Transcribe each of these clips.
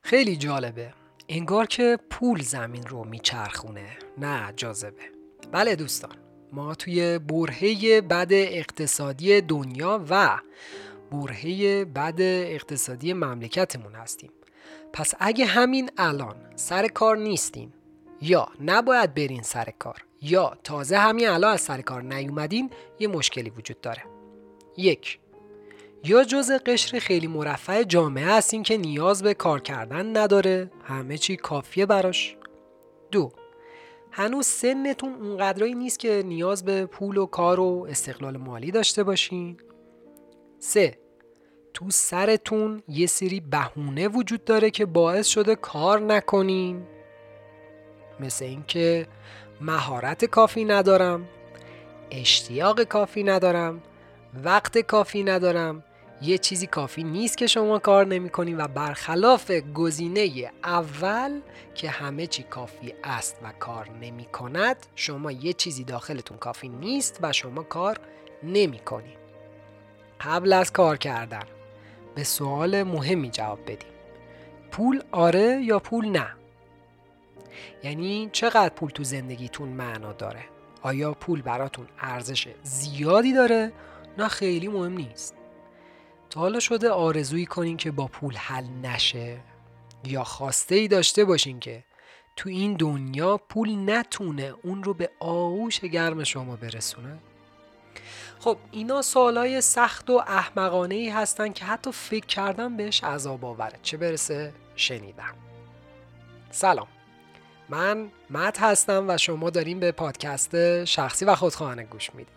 خیلی جالبه. انگار که پول زمین رو میچرخونه، نه جاذبه. بله دوستان، ما توی برهه بد اقتصادی دنیا و برهه بد اقتصادی مملکتمون هستیم. پس اگه همین الان سر کار نیستین، یا نباید برین سر کار، یا تازه همین الان از سر کار نیومدین، یه مشکلی وجود داره. 1. یا جزء قشر خیلی مرفه جامعه هستین که نیاز به کار کردن نداره، همه چی کافیه براش. 2. هنوز سنتون اونقدرایی نیست که نیاز به پول و کار و استقلال مالی داشته باشین. 3. تو سرتون یه سری بهونه وجود داره که باعث شده کار نکنین، مثل این که مهارت کافی ندارم، اشتیاق کافی ندارم، وقت کافی ندارم، یه چیزی کافی نیست که شما کار نمی کنین و برخلاف گزینه اول که همه چی کافی است و کار نمی کند، شما یه چیزی داخلتون کافی نیست و شما کار نمی کنین. قبل از کار کردن به سوال مهمی جواب بدیم: پول آره یا پول نه؟ یعنی چقدر پول تو زندگیتون معنا داره؟ آیا پول براتون ارزش زیادی داره؟ نه خیلی مهم نیست. تا حالا شده آرزویی کنین که با پول حل نشه؟ یا خواسته ای داشته باشین که تو این دنیا پول نتونه اون رو به آغوش گرم شما برسونه؟ خب اینا سوالای سخت و احمقانه‌ای هستن که حتی فکر کردن بهش عذاب آوره، چه برسه شنیدن. سلام، من مت هستم و شما دارین به پادکست شخصی و خودخواهانه گوش میدین.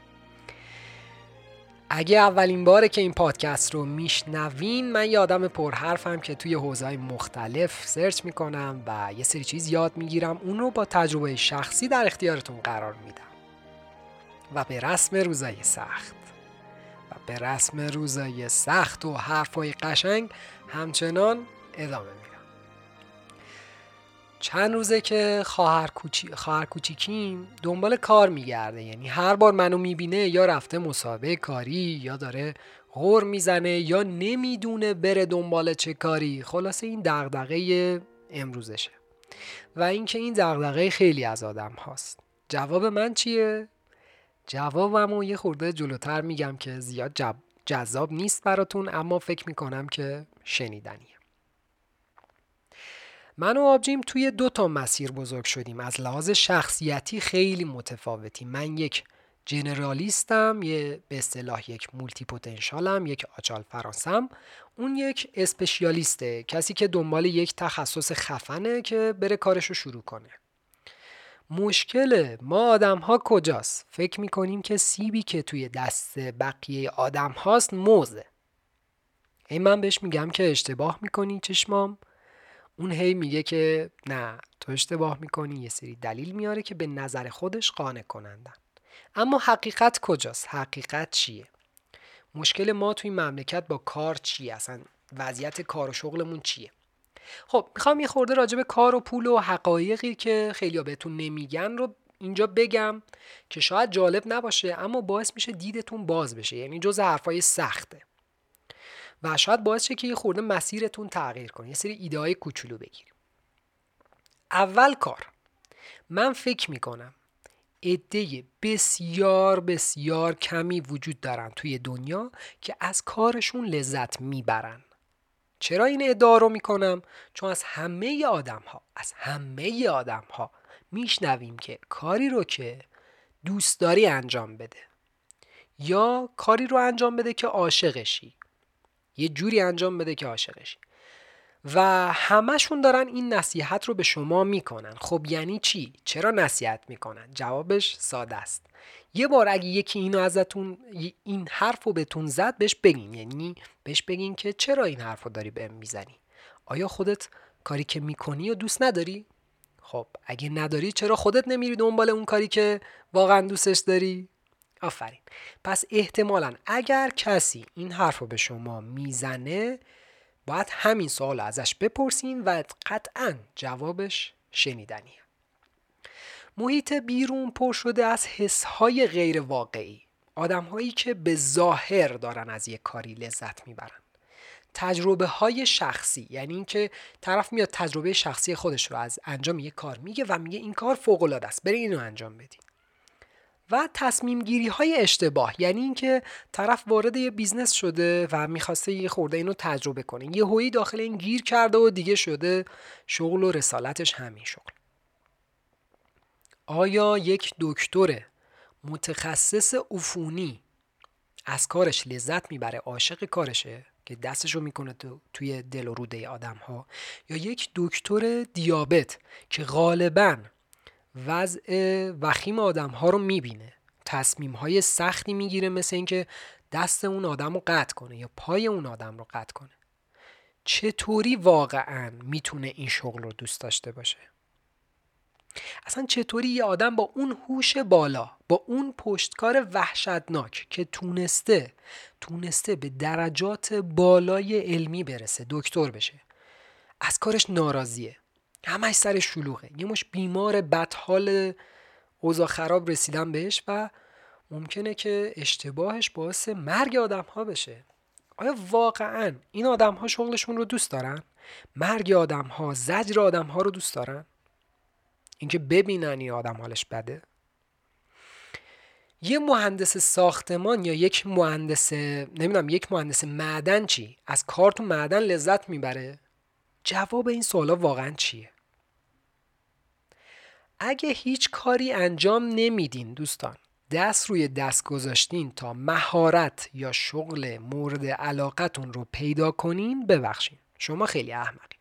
اگه اولین باره که این پادکست رو میشنوین، من یه آدم پرحرفم که توی حوزه‌های مختلف سرچ میکنم و یه سری چیز یاد میگیرم، اون رو با تجربه شخصی در اختیارتون قرار میدم و به رسم روزای سخت و حرفای قشنگ همچنان ادامه میدم. چند روزه که خواهر کوچیکیم دنبال کار میگرده، یعنی هر بار منو میبینه یا رفته مسابقه کاری، یا داره غر میزنه، یا نمیدونه بره دنبال چه کاری. خلاصه این دغدغه امروزشه و اینکه این دغدغه خیلی از آدم هاست. جواب من چیه؟ جوابمو یه خورده جلوتر میگم که زیاد جذاب نیست براتون، اما فکر میکنم که شنیدنیه. من و آبجیم توی 2 مسیر بزرگ شدیم. از لحاظ شخصیتی خیلی متفاوتیم. من یک جنرالیستم، به اصطلاح یک مولتی پتانسیالم، یک آچال فرانسم. اون یک اسپشیالیسته، کسی که دنبال یک تخصص خفنه که بره کارشو شروع کنه. مشکل ما آدم ها کجاست؟ فکر میکنیم که سیبی که توی دست بقیه آدم هاست موزه. من بهش میگم که اشتباه میکنی چشمام، اون هی میگه که نه تو اشتباه میکنی، یه سری دلیل میاره که به نظر خودش قانع کنندن. اما حقیقت کجاست؟ حقیقت چیه؟ مشکل ما توی مملکت با کار چیه؟ اصلا وضعیت کار و شغلمون چیه؟ خب میخوام یه خورده راجع به کار و پول و حقایقی که خیلیا بهتون نمیگن رو اینجا بگم که شاید جالب نباشه، اما باعث میشه دیدتون باز بشه. یعنی جز حرفای سخته و شاید باعث شه که یه خورده مسیرتون تغییر کنه، یه سری ایده‌های کوچولو بگیریم. اول کار، من فکر میکنم عده بسیار بسیار کمی وجود دارن توی دنیا که از کارشون لذت میبرن. چرا این ادعا رو میکنم؟ چون از همه آدم ها میشنویم که کاری رو که دوست داری انجام بده، یا کاری رو انجام بده که عاشقشی، یه جوری انجام بده که عاشقشی، و همشون دارن این نصیحت رو به شما میکنن. خب یعنی چی؟ چرا نصیحت میکنن؟ جوابش ساده است. یه بار اگه یکی اینو ازتون این حرف رو بهتون زد، بهش بگین، یعنی بهش بگین که چرا این حرف رو داری بهم میزنی؟ آیا خودت کاری که میکنی و دوست نداری؟ خب اگه نداری چرا خودت نمیری دنبال اون کاری که واقعا دوستش داری؟ آفرین. پس احتمالاً اگر کسی این حرف رو به شما میزنه، باید همین سوال ازش بپرسین و قطعاً جوابش شنیدنیه. محیط بیرون پر شده از حسهای غیر واقعی. آدم‌هایی که به ظاهر دارن از یک کاری لذت میبرن. تجربه های شخصی، یعنی اینکه طرف میاد تجربه شخصی خودش رو از انجام یک کار میگه و میگه این کار فوق العاده است، برید اینو انجام بدید. و تصمیم گیری های اشتباه، یعنی اینکه طرف وارد یه بیزنس شده و میخواسته یه خورده اینو تجربه کنه، یه هویی داخل این گیر کرده و دیگه شده شغل و رسالتش همین شغل. آیا یک دکتر متخصص عفونی از کارش لذت میبره، عاشق کارشه که دستشو میکنه توی دل و روده آدم ها، یا یک دکتر دیابت که غالباً وضع وخیم آدم ها رو میبینه، تصمیم های سختی میگیره، مثل اینکه دست اون آدم رو قطع کنه یا پای اون آدم رو قطع کنه، چطوری واقعاً میتونه این شغل رو دوست داشته باشه؟ اصلا چطوری یه آدم با اون هوش بالا، با اون پشتکار وحشتناک که تونسته به درجات بالای علمی برسه، دکتر بشه، از کارش ناراضیه، همش سر شلوغه، یه مش بیمار بدحال اوضاع خراب رسیدن بهش و ممکنه که اشتباهش باعث مرگ آدم ها بشه. آیا واقعا این آدم ها شغلشون رو دوست دارن؟ مرگ آدم ها، زجر آدم ها رو دوست دارن؟ اینکه ببینن این آدم حالش بده؟ یه مهندس ساختمان یا یک مهندس معدن چی؟ از کار تو معدن لذت میبره؟ جواب این سوالا واقعا چیه؟ اگه هیچ کاری انجام نمیدین دوستان، دست روی دست گذاشتین تا مهارت یا شغل مورد علاقتون رو پیدا کنین، ببخشین شما خیلی احمقین.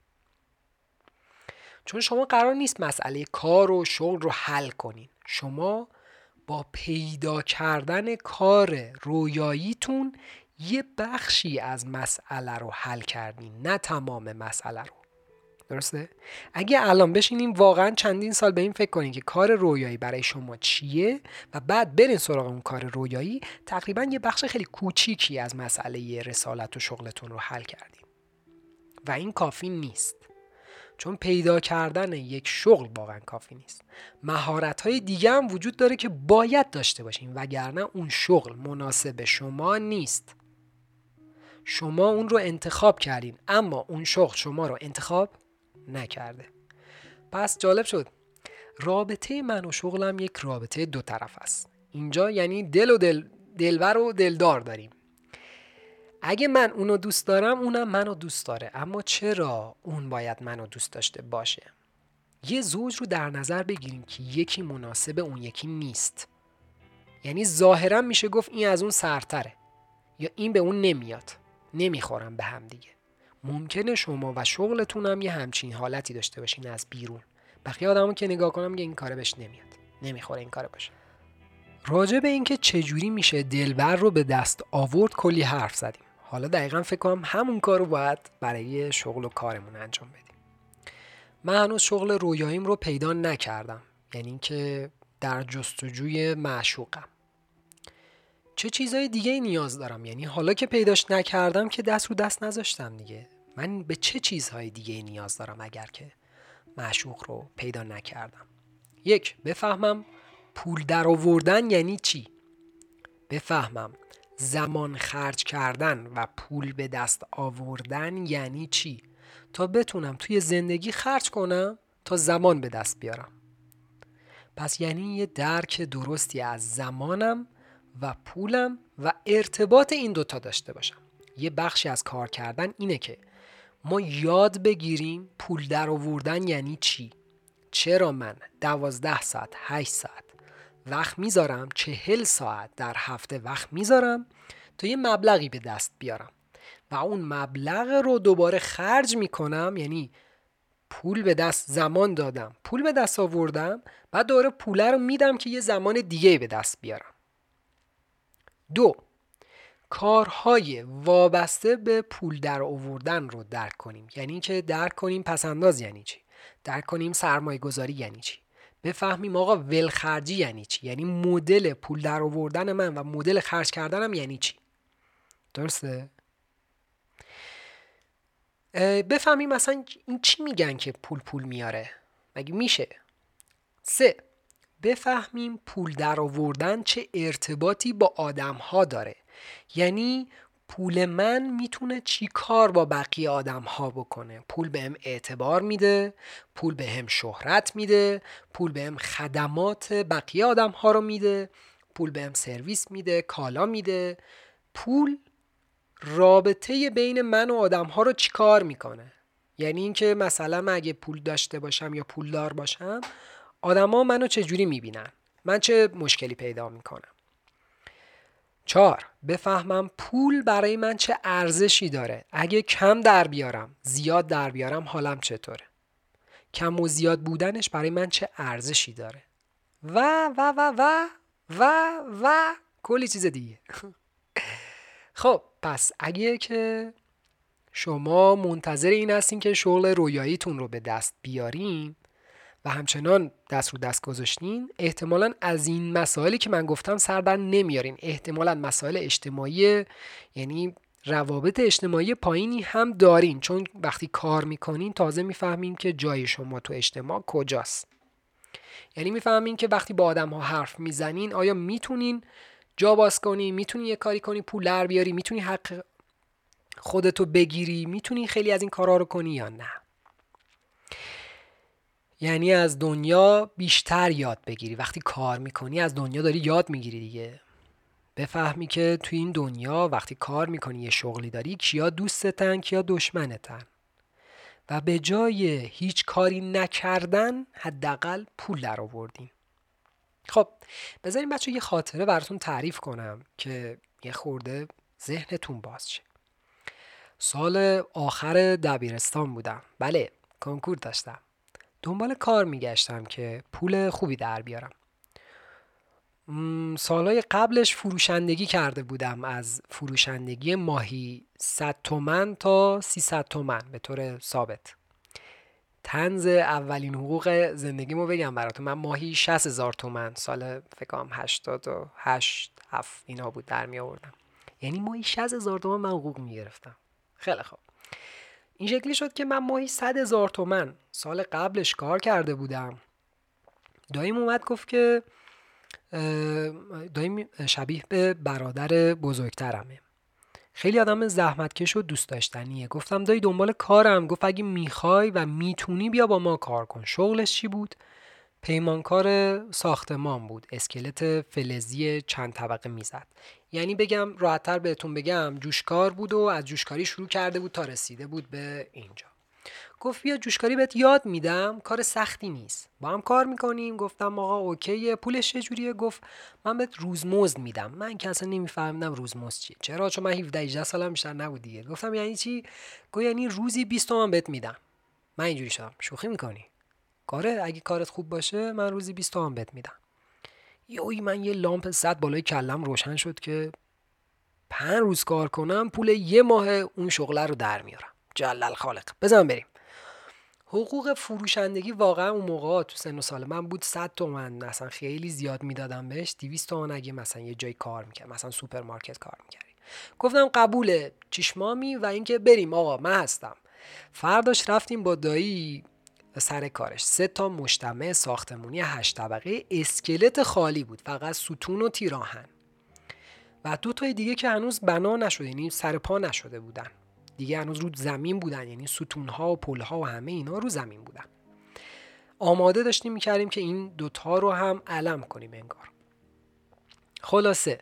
چون شما قرار نیست مسئله کار و شغل رو حل کنین، شما با پیدا کردن کار رویاییتون یه بخشی از مسئله رو حل کردین، نه تمام مسئله رو. درسته؟ اگه الان بشینیم واقعا چندین سال به این فکر کنین که کار رویایی برای شما چیه و بعد برین سراغ اون کار رویایی، تقریبا یه بخش خیلی کوچیکی از مسئله رسالت و شغلتون رو حل کردین. و این کافی نیست، چون پیدا کردن یک شغل واقعا کافی نیست. مهارت‌های دیگه هم وجود داره که باید داشته باشین، وگرنه اون شغل مناسب شما نیست. شما اون رو انتخاب کردین اما اون شغل شما رو انتخاب نکرده. پس جالب شد. رابطه من و شغلم یک رابطه دو طرف است. اینجا یعنی دلبر و دلدار داریم. اگه من اونو دوست دارم، اونم منو دوست داره. اما چرا اون باید منو دوست داشته باشه؟ یه زوج رو در نظر بگیریم که یکی مناسب اون یکی نیست. یعنی ظاهرا میشه گفت این از اون سرتره یا این به اون نمیاد، نمیخورن به هم دیگه. ممکنه شما و شغلتون هم یه همچین حالتی داشته باشین از بیرون. بقیه آدمو که نگاه کنم میگه این کاره بهش نمیاد، نمیخوره این کاره باشه. راجع به این که چجوری میشه دلبر رو به دست آورد کلی حرف زدیم. حالا دقیقاً فکر کنم همون کارو باید برای شغل و کارمون انجام بدیم. من هنوز شغل رویاییم رو پیدا نکردم، یعنی اینکه در جستجوی معشوقم. چه چیزهای دیگه نیاز دارم؟ یعنی حالا که پیداش نکردم که دست رو دست نذاشتم دیگه. من به چه چیزهای دیگه نیاز دارم اگر که معشوق رو پیدا نکردم؟ 1. بفهمم پول در آوردن یعنی چی. بفهمم زمان خرج کردن و پول به دست آوردن یعنی چی، تا بتونم توی زندگی خرج کنم تا زمان به دست بیارم. پس یعنی یه درک درستی از زمانم و پولم و ارتباط این دوتا داشته باشم. یه بخشی از کار کردن اینه که ما یاد بگیریم پول در آوردن یعنی چی. چرا من 12 ساعت 8 ساعت وقت میذارم، 40 ساعت در هفته وقت میذارم تا یه مبلغی به دست بیارم و اون مبلغ رو دوباره خرج میکنم، یعنی پول به دست، زمان دادم، پول به دست آوردم، بعد دوباره پول رو میدم که یه زمان دیگه به دست بیارم. 2. کارهای وابسته به پول در آوردن رو درک کنیم، یعنی که درک کنیم پسنداز یعنی چی، درک کنیم سرمایه گذاری یعنی چی، بفهمیم آقا ولخرجی یعنی چی، یعنی مدل پول در آوردن من و مدل خرج کردنم یعنی چی. درسته؟ بفهمیم مثلا این چی میگن که پول میاره، مگه میشه؟ 3. بفهمیم پول در آوردن چه ارتباطی با آدم ها داره، یعنی پول من میتونه چی کار با بقیه آدم ها بکنه. پول بهم اعتبار میده، پول بهم شهرت میده، پول بهم خدمات بقیه آدم ها رو میده، پول بهم سرویس میده، کالا میده. پول رابطه بین من و آدم ها رو چی کار میکنه؟ یعنی اینکه مثلا من اگه پول داشته باشم یا پولدار باشم، آدما منو چجوری میبینن، من چه مشکلی پیدا میکنم. 4. بفهمم پول برای من چه ارزشی داره. اگه کم در بیارم، زیاد در بیارم، حالم چطوره؟ کم و زیاد بودنش برای من چه ارزشی داره؟ و و و و و و کلی چیز دیگه. خب پس اگه که شما منتظر این هستین که شغل رویاییتون رو به دست بیارین و همچنان دست رو دست گذاشتین، احتمالاً از این مسائلی که من گفتم سر در نمیارین. احتمالاً مسائل اجتماعی، یعنی روابط اجتماعی پایینی هم دارین، چون وقتی کار میکنین تازه میفهمین که جای شما تو اجتماع کجاست. یعنی میفهمین که وقتی با آدم ها حرف میزنین آیا میتونین جا باز کنی، میتونی یه کاری کنی پول در بیاری، میتونی حق خودتو بگیری، میتونی خیلی از این کارا رو کنی یا نه. یعنی از دنیا بیشتر یاد بگیری. وقتی کار میکنی از دنیا داری یاد میگیری دیگه. بفهمی که توی این دنیا وقتی کار میکنی، یه شغلی داری، کیا دوستتن کیا دشمنتن، و به جای هیچ کاری نکردن حداقل پول در آوردین. خب بذارین بچه یه خاطره براتون تعریف کنم که یه خورده ذهنتون باز شه. سال آخر دبیرستان بودم. بله، کنکور داشتم. دنبال کار میگشتم که پول خوبی در بیارم. سالهای قبلش فروشندگی کرده بودم، از فروشندگی ماهی 100 تومن تا 300 تومن به طور ثابت. طنز اولین حقوق زندگیمو بگم براتون، من ماهی 60,000 تومن سال فکر کنم 88 7 اینا بود در می آوردم. یعنی ماهی 60,000 تومن من حقوق میگرفتم. خیلی خوب. این شکلی شد که من ماهی 100,000 تومن سال قبلش کار کرده بودم. داییم اومد گفت که داییم شبیه به برادر بزرگترمه، خیلی آدم زحمتکش و دوست داشتنیه. گفتم دایی دنبال کارم. گفت اگه میخوای و میتونی بیا با ما کار کن. شغلش چی بود؟ پیمانکار ساختمان بود. اسکلت فلزی چند طبقه میزد. یعنی بگم راحت‌تر بهتون بگم، جوشکار بود و از جوشکاری شروع کرده بود تا رسیده بود به اینجا. گفت بیا جوشکاری بهت یاد میدم، کار سختی نیست، با هم کار میکنیم. گفتم آقا اوکیه، پولش چجوریه؟ گفت من بهت روزمزد میدم. من که اصلا نمیفهمیدم روزمزد چیه. چرا؟ چون من 17 18 سالم بیشتر نبود دیگه. گفتم یعنی چی؟ گفت یعنی روزی 20 تومن بهت میدم. من اینجوری شدم شوخی میکنی؟ کاره، اگه کارت خوب باشه من روزی 20 تومن بهت میدم. یوی من یه لامپ 100 بالای کلم روشن شد که 5 روز کار کنم پول یه ماه اون شغله رو در میارم. جلل خالق. بزن بریم. حقوق فروشندگی واقعا اون موقع تو سن و سال من بود 100 تومن، مثلا خیلی زیاد میدادم بهش. 200 تومن اگه مثلا یه جای کار میکرد، مثلا سوپرمارکت کار میکردی. گفتم قبوله چشمامی و اینکه بریم آقا من هستم. فرداش رفتیم با دایی سر کارش. 3 تا مجتمع ساختمونی 8 طبقه، اسکلت خالی بود، فقط ستون و تیراهن و 2 تای دیگه که هنوز بنا نشده، یعنی سر پا نشده بودن دیگه، هنوز رو زمین بودن، یعنی ستونها و پلها و همه اینا رو زمین بودن. آماده داشتیم میکردیم که این 2 تا رو هم علم کنیم انگار. خلاصه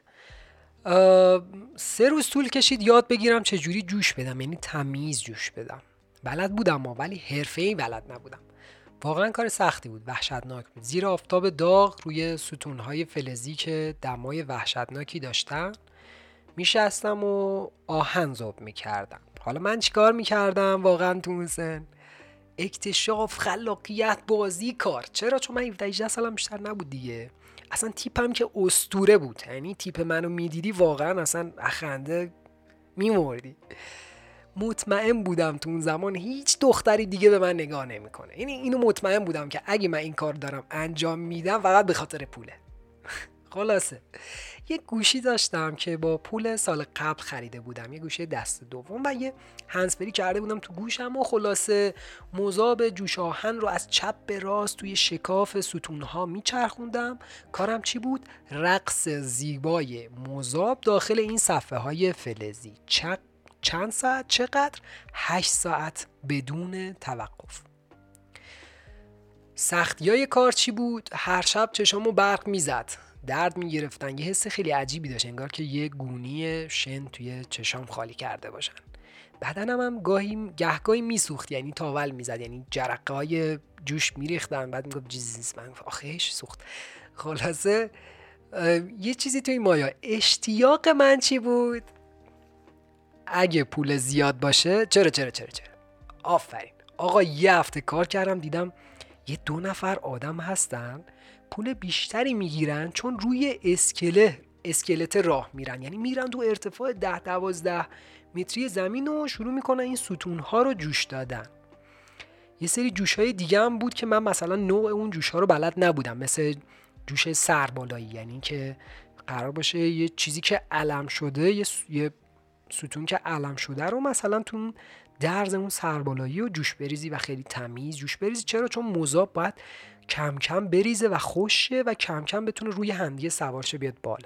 3 روز طول کشید یاد بگیرم چجوری جوش بدم، یعنی تمیز جوش بدم. بلد بودم ولی حرفه‌ای بلد نبودم. واقعا کار سختی بود، وحشتناک بود. زیر آفتاب داغ روی ستونهای فلزی که دمای وحشتناکی داشتن میشستم و آهن ذوب میکردم. حالا من چیکار میکردم واقعا تو اون سن؟ اکتشاف، خلاقیت، بازی، کار. چرا؟ چون من 17 18 سالم بیشتر نبود دیگه. اصلا تیپم که اسطوره بود، یعنی تیپ منو میدیدی واقعا اصلا خنده میمردی. مطمئن بودم تو اون زمان هیچ دختری دیگه به من نگاه نمیکنه. یعنی اینو مطمئن بودم که اگه من این کار دارم انجام میدم فقط به خاطر پوله. خلاصه یه گوشی داشتم که با پول سال قبل خریده بودم، یه گوشی دست دوم، و یه هندزفری کرده بودم تو گوشم و خلاصه مذاب جوش آهن رو از چپ به راست توی شکاف ستونها میچرخوندم. کارم چی بود؟ رقص زیبای مذاب داخل این صفحه های فلزی. چند ساعت؟ چقدر؟ 8 ساعت بدون توقف. سختیای کار چی بود؟ هر شب چشامو برق میزد، درد میگرفتن، یه حس خیلی عجیبی داشت، انگار که یه گونی شن توی چشام خالی کرده باشن. بدنم هم گهگاهی میسوخت، یعنی تاول میزد، یعنی جرقه های جوش میریختن، بعد میگفت جیزیز، من آخیش سوخت. خلاصه یه چیزی توی مایا. اشتیاق من چی بود؟ اگه پول زیاد باشه. چرا آفرین آقا، یه هفته کار کردم دیدم یه 2 نفر آدم هستن پول بیشتری میگیرن چون روی اسکلت راه میرن، یعنی میرن تو ارتفاع 10-12 متری زمین و شروع میکنن این ستونها رو جوش دادن. یه سری جوشهای دیگه هم بود که من مثلا نوع اون جوشها رو بلد نبودم، مثل جوش سربالایی، یعنی که قرار باشه یه چیزی که علم شده، یه ستون که علم شده رو مثلا تو درز اون سربالایی و جوش بریزی و خیلی تمیز جوش بریزی. چرا؟ چون مذاب باید کم کم بریزه و خوشه و کم کم بتونه روی همدیگه سوار شه بیاد بالا.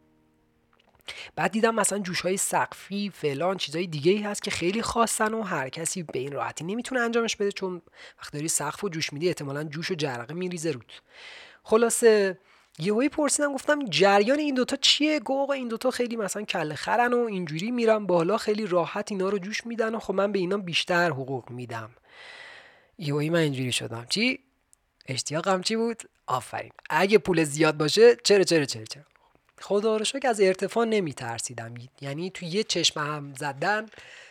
بعد دیدم مثلا جوش‌های سقفی فلان چیزای دیگه ای هست که خیلی خاصن و هر کسی به این راحتی نمیتونه انجامش بده، چون وقتی داری سقفو جوش میدی احتمالاً جوش و جرقه میریزه روت. خلاصه یهویی پرسیدم، گفتم جریان این دوتا چیه؟ گفت این دوتا خیلی مثلا کله خرن و اینجوری میرن بالا، خیلی راحت اینا رو جوش میدن و خب من به اینا بیشتر حقوق میدم. یهویی من اینجوری شدم، چی؟ اشتیاقم چی بود؟ آفرین، اگه پول زیاد باشه. چرا خدا رو شکر از ارتفاع نمیترسیدم، یعنی تو یه چشم هم زدن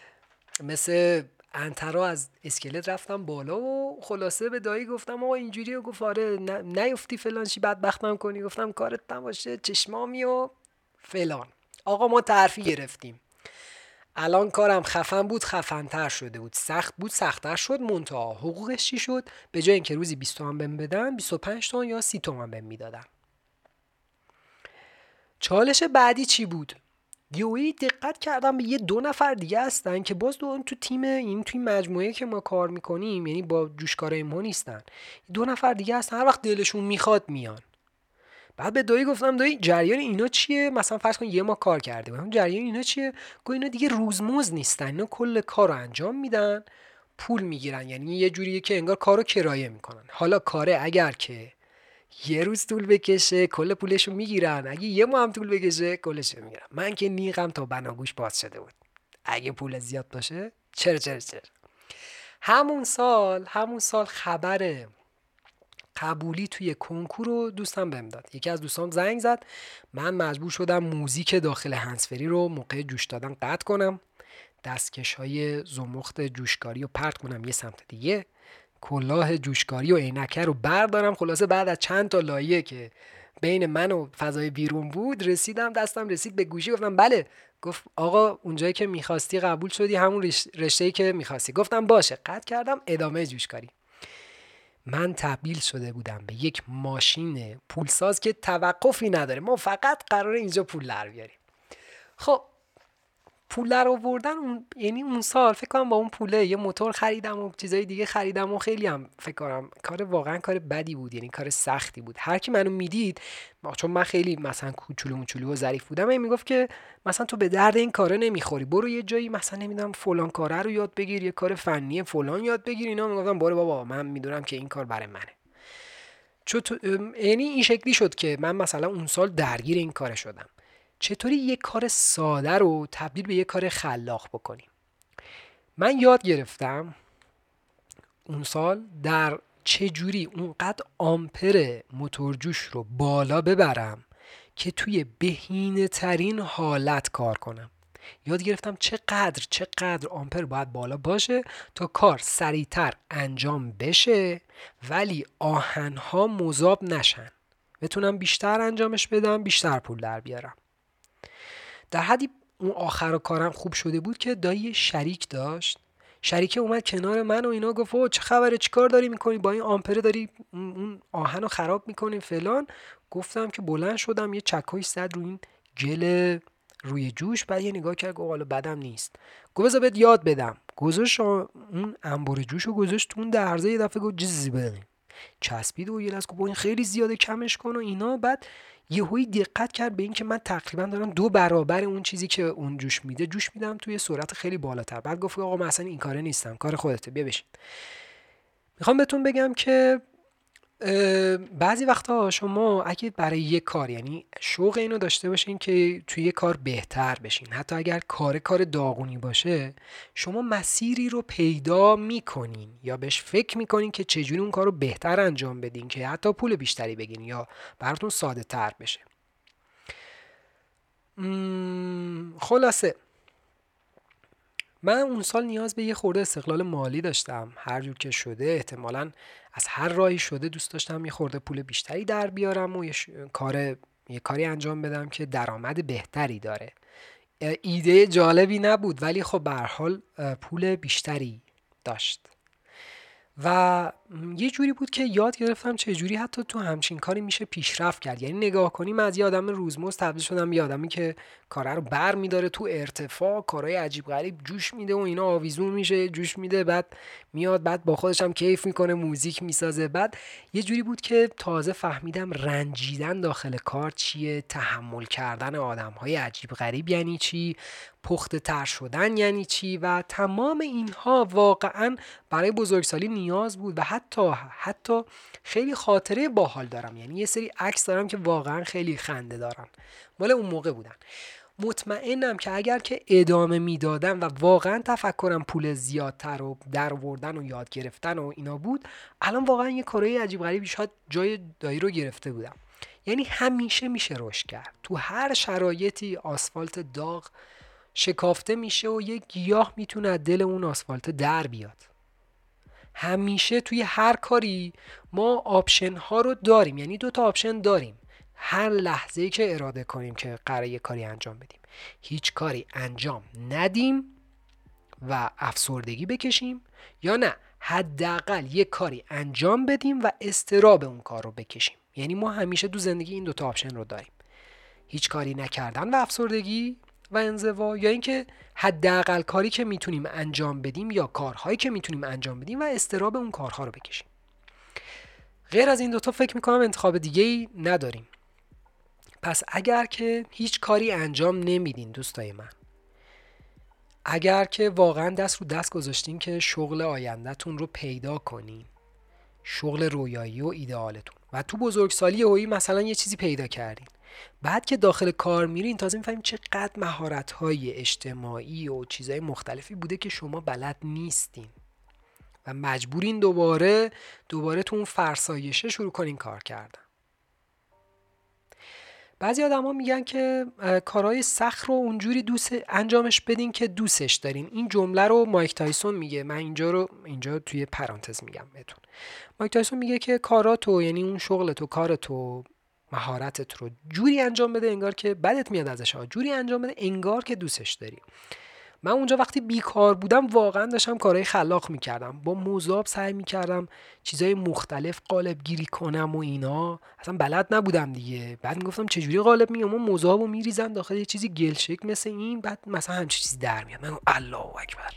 مثل انترا از اسکلت رفتم بالا و خلاصه به دایی گفتم آقا اینجوری، و گفت آره نیفتی فلان چی بدبختم کنی. گفتم کارت نباشه چشمامی و فلان. آقا ما ترفی گرفتیم. الان کارم خفن بود خفن‌تر شده بود، سخت بود سخت‌تر شد. منتها حقوقش چی شد؟ به جای اینکه روزی 20 تومن بهم بدن، 25 تومن یا 30 تومن بهم میدادن. چالش بعدی چی بود؟ یهویی دقت کردم به یه 2 نفر دیگه هستن که باز تو تیم، این توی مجموعه که ما کار میکنیم، یعنی با جوشکارای ما نیستن، 2 نفر دیگه هستن هر وقت دلشون میخواد میان. بعد به دایی گفتم دایی جریان اینا چیه؟ مثلا فرض کن یه ما کار کرده بودم، جریان اینا چیه؟ گفت اینا دیگه روزمزد نیستن، اینا کل کارو انجام میدن پول میگیرن، یعنی یه جوریه که انگار کارو کرایه میکنن. حالا کاره اگر که یه روز طول بکشه کل پولشو میگیرن، اگه یه ماه هم طول بکشه کلشو میگیرن. من که نیقم تا بناگوش باز شده بود اگه پول زیاد باشه. چرا همون سال خبر قبولی توی کنکور رو دوستم بهم داد. یکی از دوستام زنگ زد، من مجبور شدم موزیک داخل هندزفری رو موقع جوش دادن قطع کنم، دستکش‌های زمخت جوشکاری رو پرت کنم یه سمت دیگه، کلاه جوشکاری و عینکه رو بردارم. خلاصه بعد از چند تا لایه که بین من و فضای بیرون بود دستم رسید به گوشی، گفتم بله. گفت آقا اونجایی که میخواستی قبول شدی، همون رشته‌ای که میخواستی. گفتم باشه. قطع کردم، ادامه جوشکاری. من تبدیل شده بودم به یک ماشین پولساز که توقفی نداره، ما فقط قراره اینجا پول در بیاریم. خب پول در آوردن یعنی اون سال فکر کنم با اون پوله یه موتور خریدم و چیزای دیگه خریدم و خیلی هم فکر کنم واقعا کار بدی بود، یعنی کار سختی بود. هر کی منو میدید، چون من خیلی مثلا کوچولو و ظریف بودم، میگفت که مثلا تو به درد این کارا نمیخوری، برو یه جایی مثلا نمیدونم فلان کاره رو یاد بگیر، یه کار فنی فلان یاد بگیر. اینا میگفتم برو بابا، من میدونم که این کار برای منه. یعنی این شکلی شد که من مثلا اون سال درگیر این کار شدم، چطوری یک کار ساده رو تبدیل به یک کار خلاق بکنیم. من یاد گرفتم اون سال در چجوری اونقدر آمپر موتورجوش رو بالا ببرم که توی بهینه ترین حالت کار کنم. یاد گرفتم چقدر آمپر باید بالا باشه تا کار سریعتر انجام بشه ولی آهنها مذاب نشن، بتونم بیشتر انجامش بدم، بیشتر پول در بیارم. در حدی اون آخر کارم خوب شده بود که دایی شریک داشت، شریکه اومد کنار من و اینا گفت او چه خبره، چی کار داری میکنی با این آمپره، داری اون آهن رو خراب میکنی فلان. گفتم که بلند شدم یه چکش زد رو این گل روی جوش. بعد یه نگاه کرد گفت حالا بدم نیست، گفت بذار بهت یاد بدم. گذاشت اون انبر جوشو گذاشت تو اون درزه، یه دفعه گفت جزبه چسبید و یه لحظه گفت این خیلی زیاده کمش کن و اینا. بعد یهویی دقت کرد به این که من تقریبا دارم 2 برابر اون چیزی که اون جوش میده جوش میدم توی سرعت خیلی بالاتر. بعد گفت آقا من اصلا این کاره نیستم، کار خودته، بیا بشین. میخوام بهتون بگم که بعضی وقتا شما اگه برای یک کار، یعنی شوق اینو داشته باشین که توی یک کار بهتر بشین، حتی اگر کار داغونی باشه، شما مسیری رو پیدا میکنین یا بهش فکر میکنین که چجوری اون کار رو بهتر انجام بدین که حتی پول بیشتری بگین یا براتون ساده تر بشه. خلاصه من اون سال نیاز به یه خورده استقلال مالی داشتم، هر جور که شده، احتمالاً از هر راهی شده دوست داشتم یه خورده پول بیشتری در بیارم و یه کاری انجام بدم که درآمد بهتری داره. ایده جالبی نبود ولی خب به هر حال پول بیشتری داشت و یه جوری بود که یاد گرفتم چه جوری حتی تو همچین کاری میشه پیشرفت کرد. یعنی نگاه کنیم از یه آدم روزمزد تبدیل شدم یه آدمی که کارا رو بر میداره تو ارتفاع، کارهای عجیب غریب جوش میده و اینا آویزون میشه، جوش میده، بعد میاد، بعد با خودش هم کیف میکنه، موزیک میسازه. بعد یه جوری بود که تازه فهمیدم رنجیدن داخل کار چیه، تحمل کردن آدمهای عجیب غریب یعنی چی، پخته تر شدن یعنی چی و تمام اینها واقعا برای بزرگسالی نیاز بود. و حتی خیلی خاطره باحال دارم، یعنی یه سری عکس دارم که واقعا خیلی خنده دارن، مال اون موقع بودن. مطمئنم که اگر که ادامه میدادم و واقعا تفکرم پول زیادتر و در آوردن و یاد گرفتن و اینا بود، الان واقعا یه کارهای عجیب غریبی شاید جای دایی رو گرفته بودم. یعنی همیشه میشه رشد کرد، تو هر شرایطی آسفالت داغ شکافته میشه و یک گیاه میتونه از دل اون آسفالت در بیاد. همیشه توی هر کاری ما آپشن ها رو داریم، یعنی 2 تا آپشن داریم هر لحظه‌ای که اراده کنیم که قراره یک کاری انجام بدیم. هیچ کاری انجام ندیم و افسردگی بکشیم، یا نه حداقل یک کاری انجام بدیم و اضطراب اون کار رو بکشیم. یعنی ما همیشه تو زندگی این 2 تا آپشن رو داریم، هیچ کاری نکردن و افسردگی و انزوا، یا اینکه حداقل کاری که میتونیم انجام بدیم یا کارهایی که میتونیم انجام بدیم و اضطراب اون کارها رو بکشیم. غیر از این 2 تا فکر میکنم انتخاب دیگه‌ای نداریم. پس اگر که هیچ کاری انجام نمیدین دوستای من، اگر که واقعا دست رو دست گذاشتین که شغل آینده‌تون رو پیدا کنین، شغل رویایی و ایدئالتون، و تو بزرگسالی هویی مثلا یه چیزی پیدا کردین، بعد که داخل کار میرین تازه میفهمین چقدر مهارت‌های اجتماعی و چیزهای مختلفی بوده که شما بلد نیستین و مجبورین دوباره تو اون فرسایشه شروع کنین کار کردن. بعضی آدما میگن که کارهای سخت رو اونجوری انجامش بدین که دوستش دارین. این جمله رو مایک تایسون میگه، من اینجا توی پرانتز میگم بهتون. مایک تایسون میگه که کاراتو، یعنی اون شغلتو، کارتو، مهارتت رو جوری انجام بده انگار که بدت میاد ازش، جوری انجام بده انگار که دوستش داری. من اونجا وقتی بیکار بودم واقعا داشتم کارهای خلاق میکردم، با مذاب سعی میکردم چیزای مختلف قالب گیری کنم و اینا، اصلا بلد نبودم دیگه. بعد میگفتم چجوری قالب میگم، اون مذابو میریزن داخل یه چیزی گل شکل مثل این، بعد مثلا همچین چیزی در میاد. من الله اکبر.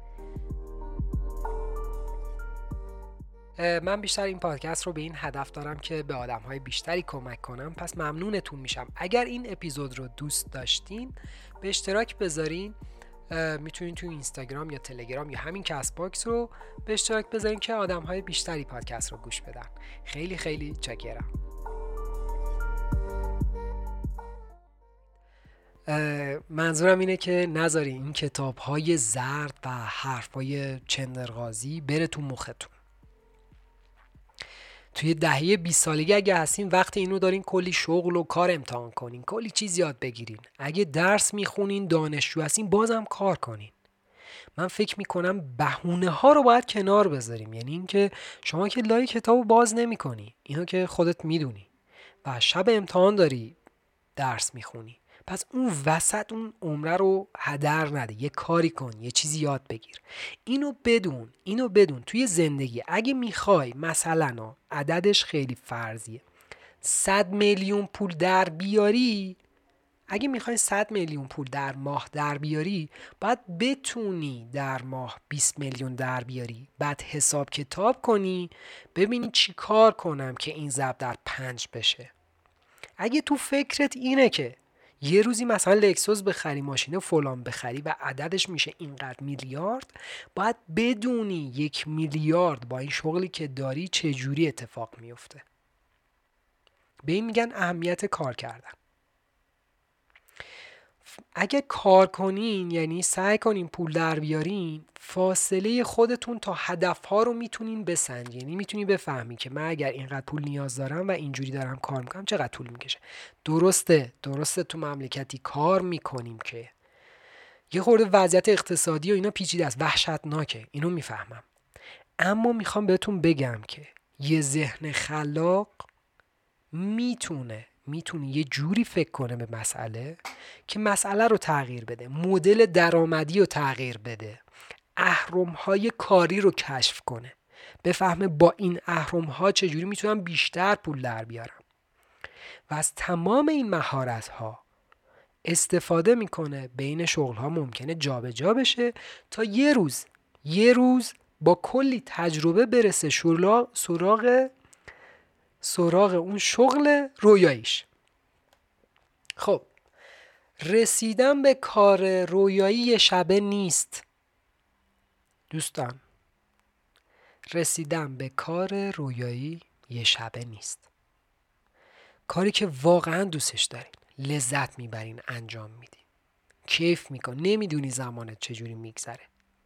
من بیشتر این پادکست رو به این هدف دارم که به آدم‌های بیشتری کمک کنم. پس ممنونتون میشم اگر این اپیزود رو دوست داشتین به اشتراک بذارین. میتونین تو اینستاگرام یا تلگرام یا همین کست باکس رو به اشتراک بذارین که آدم‌های بیشتری پادکست رو گوش بدن. خیلی خیلی چاکرم. منظورم اینه که نذارین این کتاب‌های زرد و حرفای چندرغازی بره تو مختون. توی دهه 20 سالگی اگه هستین، وقت اینو دارین کلی شغل و کار امتحان کنین، کلی چیز یاد بگیرین. اگه درس میخونین، دانشجو هستین، بازم کار کنین. من فکر میکنم بهونه ها رو باید کنار بذاریم. یعنی اینکه شما که لای کتابو باز نمیکنی، اینو که خودت میدونی، و شب امتحان داری درس میخونی، پس اون وسط اون عمره رو هدر نده، یه کاری کن، یه چیزی یاد بگیر. اینو بدون توی زندگی اگه میخوای مثلا عددش خیلی فرضیه 100 میلیون پول در بیاری، اگه میخوای 100 میلیون پول در ماه در بیاری، باید بتونی در ماه 20 میلیون در بیاری. بعد حساب کتاب کنی ببینی چی کار کنم که این ضرب در 5 بشه. اگه تو فکرت اینه که یه روزی مثلا لکسوس بخری، ماشین فلان بخری و عددش میشه اینقدر میلیارد، باید بدونی 1 میلیارد با این شغلی که داری چجوری اتفاق میفته. به این میگن اهمیت کار کردن. اگه کار کنین، یعنی سعی کنین پول در بیارین، فاصله خودتون تا هدفها رو میتونین بسنجین. یعنی میتونی بفهمی که من اگر اینقدر پول نیاز دارم و اینجوری دارم کار میکنم چقدر طول میکشه. درسته تو مملکتی کار میکنیم که یه خورده وضعیت اقتصادی و اینا پیچیده است، وحشتناکه، اینو میفهمم. اما میخوام بهتون بگم که یه ذهن خلاق میتونه یه جوری فکر کنه به مسئله که مسئله رو تغییر بده، مدل درآمدی رو تغییر بده، اهرم‌های کاری رو کشف کنه، بفهمه با این اهرم‌ها چجوری میتونم بیشتر پول در بیارم و از تمام این مهارت‌ها استفاده میکنه. بین شغل‌ها ممکنه جابجا بشه تا یه روز با کلی تجربه برسه سراغ اون شغل رویاییش. خب، رسیدن به کار رویایی یه شبه نیست دوستان. رسیدن به کار رویایی یه شبه نیست. کاری که واقعا دوستش دارین، لذت میبرین، انجام میدین، کیف میکن، نمیدونی زمانت چجوری میگذره.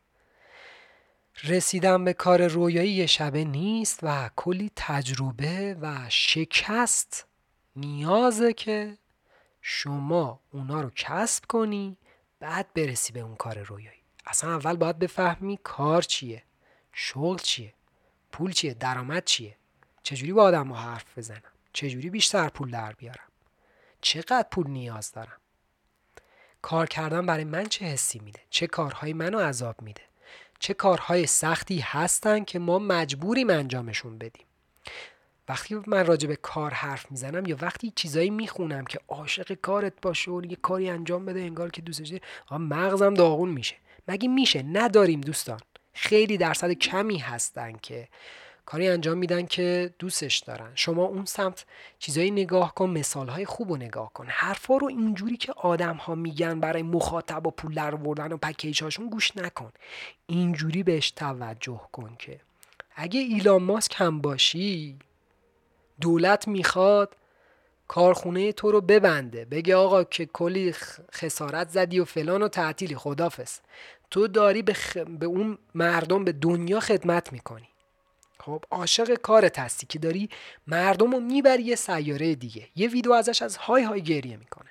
رسیدن به کار رویایی یه شبه نیست و کلی تجربه و شکست نیازه که شما اونا رو کسب کنی، بعد برسی به اون کار رویایی. اصلا اول باید بفهمی کار چیه، شغل چیه، پول چیه، درآمد چیه، چجوری با آدم ها حرف بزنم، چجوری بیشتر پول در بیارم، چقدر پول نیاز دارم، کار کردن برای من چه حسی میده، چه کارهایی منو عذاب میده، چه کارهای سختی هستن که ما مجبوریم انجامشون بدیم. وقتی من راجع به کار حرف میزنم یا وقتی چیزایی میخونم که عاشق کارت باشه و یه کاری انجام بده انگار که دوستش داری، مغزم داغون میشه. مگه میشه؟ نداریم دوستان. خیلی درصد کمی هستن که کاری انجام میدن که دوستش دارن. شما اون سمت چیزایی نگاه کن، مثالهای خوب رو نگاه کن، حرفا رو اینجوری که آدم ها میگن برای مخاطب و پول در آوردن و پکیج هاشون گوش نکن. اینجوری بهش توجه کن که اگه ایلان ماسک هم باشی، دولت میخواد کارخونه تو رو ببنده، بگه آقا که کلی خسارت زدی و فلان و تعطیلی، خدافظ. تو داری به اون مردم، به دنیا خدمت میکنی. خب عاشق کارت هستی که داری مردم رو میبری یه سیاره دیگه. یه ویدیو ازش از های های گریه میکنه،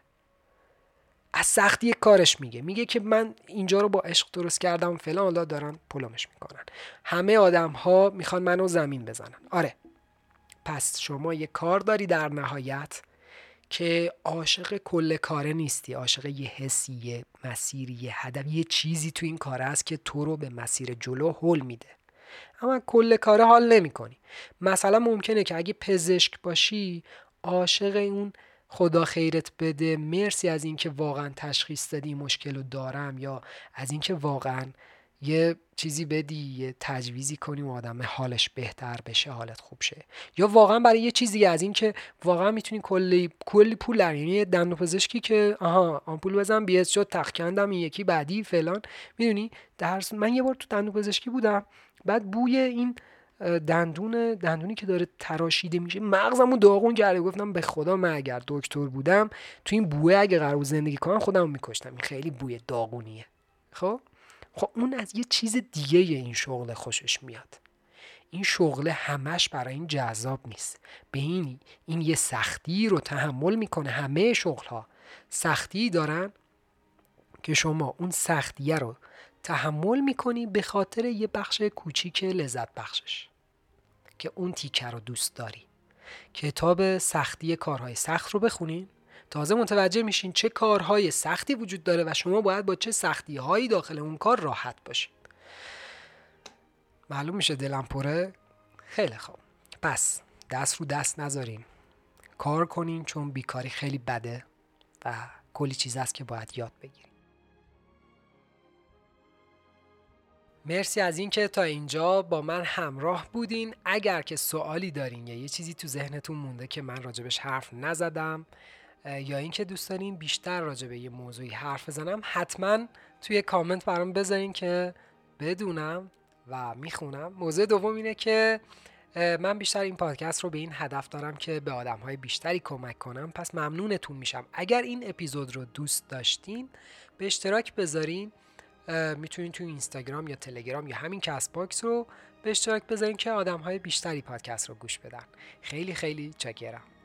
از سختی کارش میگه که من اینجا رو با عشق درست کردم فلان، حالا دارن پلمش میکنن، همه آدم ها میخوان منو زمین بزنن. آره، پس شما یه کار داری در نهایت که عاشق کل کاره نیستی، عاشق یه حسی، یه مسیری، یه هدف، یه چیزی تو این کار هست که تو رو به مسیر جلو هل میده، اما کل کاره حال نمی کنی. مثلا ممکنه که اگه پزشک باشی عاشق اون خدا خیرت بده، مرسی از این که واقعا تشخیص دادی مشکل رو دارم، یا از این که واقعا یه چیزی بدی، یه تجویزی کنی و آدم حالش بهتر بشه، حالت خوب شه، یا واقعا برای یه چیزی از این که واقعا میتونی کلی پول در، یعنی دندون پزشکی که آمپول بزن بیس شد تخکندم، این یکی بعدی فلان. میدونی من یه بار تو دندون پزشکی بودم، بعد بوی این دندونی که داره تراشیده میشه مغزمو داغون کرده. گفتم به خدا من اگر دکتر بودم تو این بوه اگه قرار بود زندگی کنم خودمو میکشتم، این خیلی بوی داغونیه. خب اون از یه چیز دیگه این شغل خوشش میاد. این شغل همش برای این جذاب نیست. به این یه سختی رو تحمل میکنه. همه شغل ها سختی دارن که شما اون سختیه رو تحمل میکنی به خاطر یه بخش کوچیک لذت بخشش که اون تیکه رو دوست داری. کتاب سختی کارهای سخت رو بخونین، تازه متوجه میشین چه کارهای سختی وجود داره و شما باید با چه سختی هایی داخل اون کار راحت باشین. معلوم میشه دلم پره؟ خیلی خوب، پس دست رو دست نذارین، کار کنین، چون بیکاری خیلی بده و کلی چیز هست که باید یاد بگیریم. مرسی از این که تا اینجا با من همراه بودین. اگر که سوالی دارین یا یه چیزی تو ذهنتون مونده که من راجبش حرف نزدم یا اینکه دوست دارین بیشتر راجب یه موضوعی حرف بزنم، حتما توی کامنت برام بذارین که بدونم و میخونم. موضوع دوم اینه که من بیشتر این پادکست رو به این هدف دارم که به آدم‌های بیشتری کمک کنم. پس ممنونتون میشم اگر این اپیزود رو دوست داشتین به اشتراک بذارین. میتونین تو اینستاگرام یا تلگرام یا همین کست باکس رو به اشتراک بذارین که آدم‌های بیشتری پادکست رو گوش بدن. خیلی خیلی چاکرم.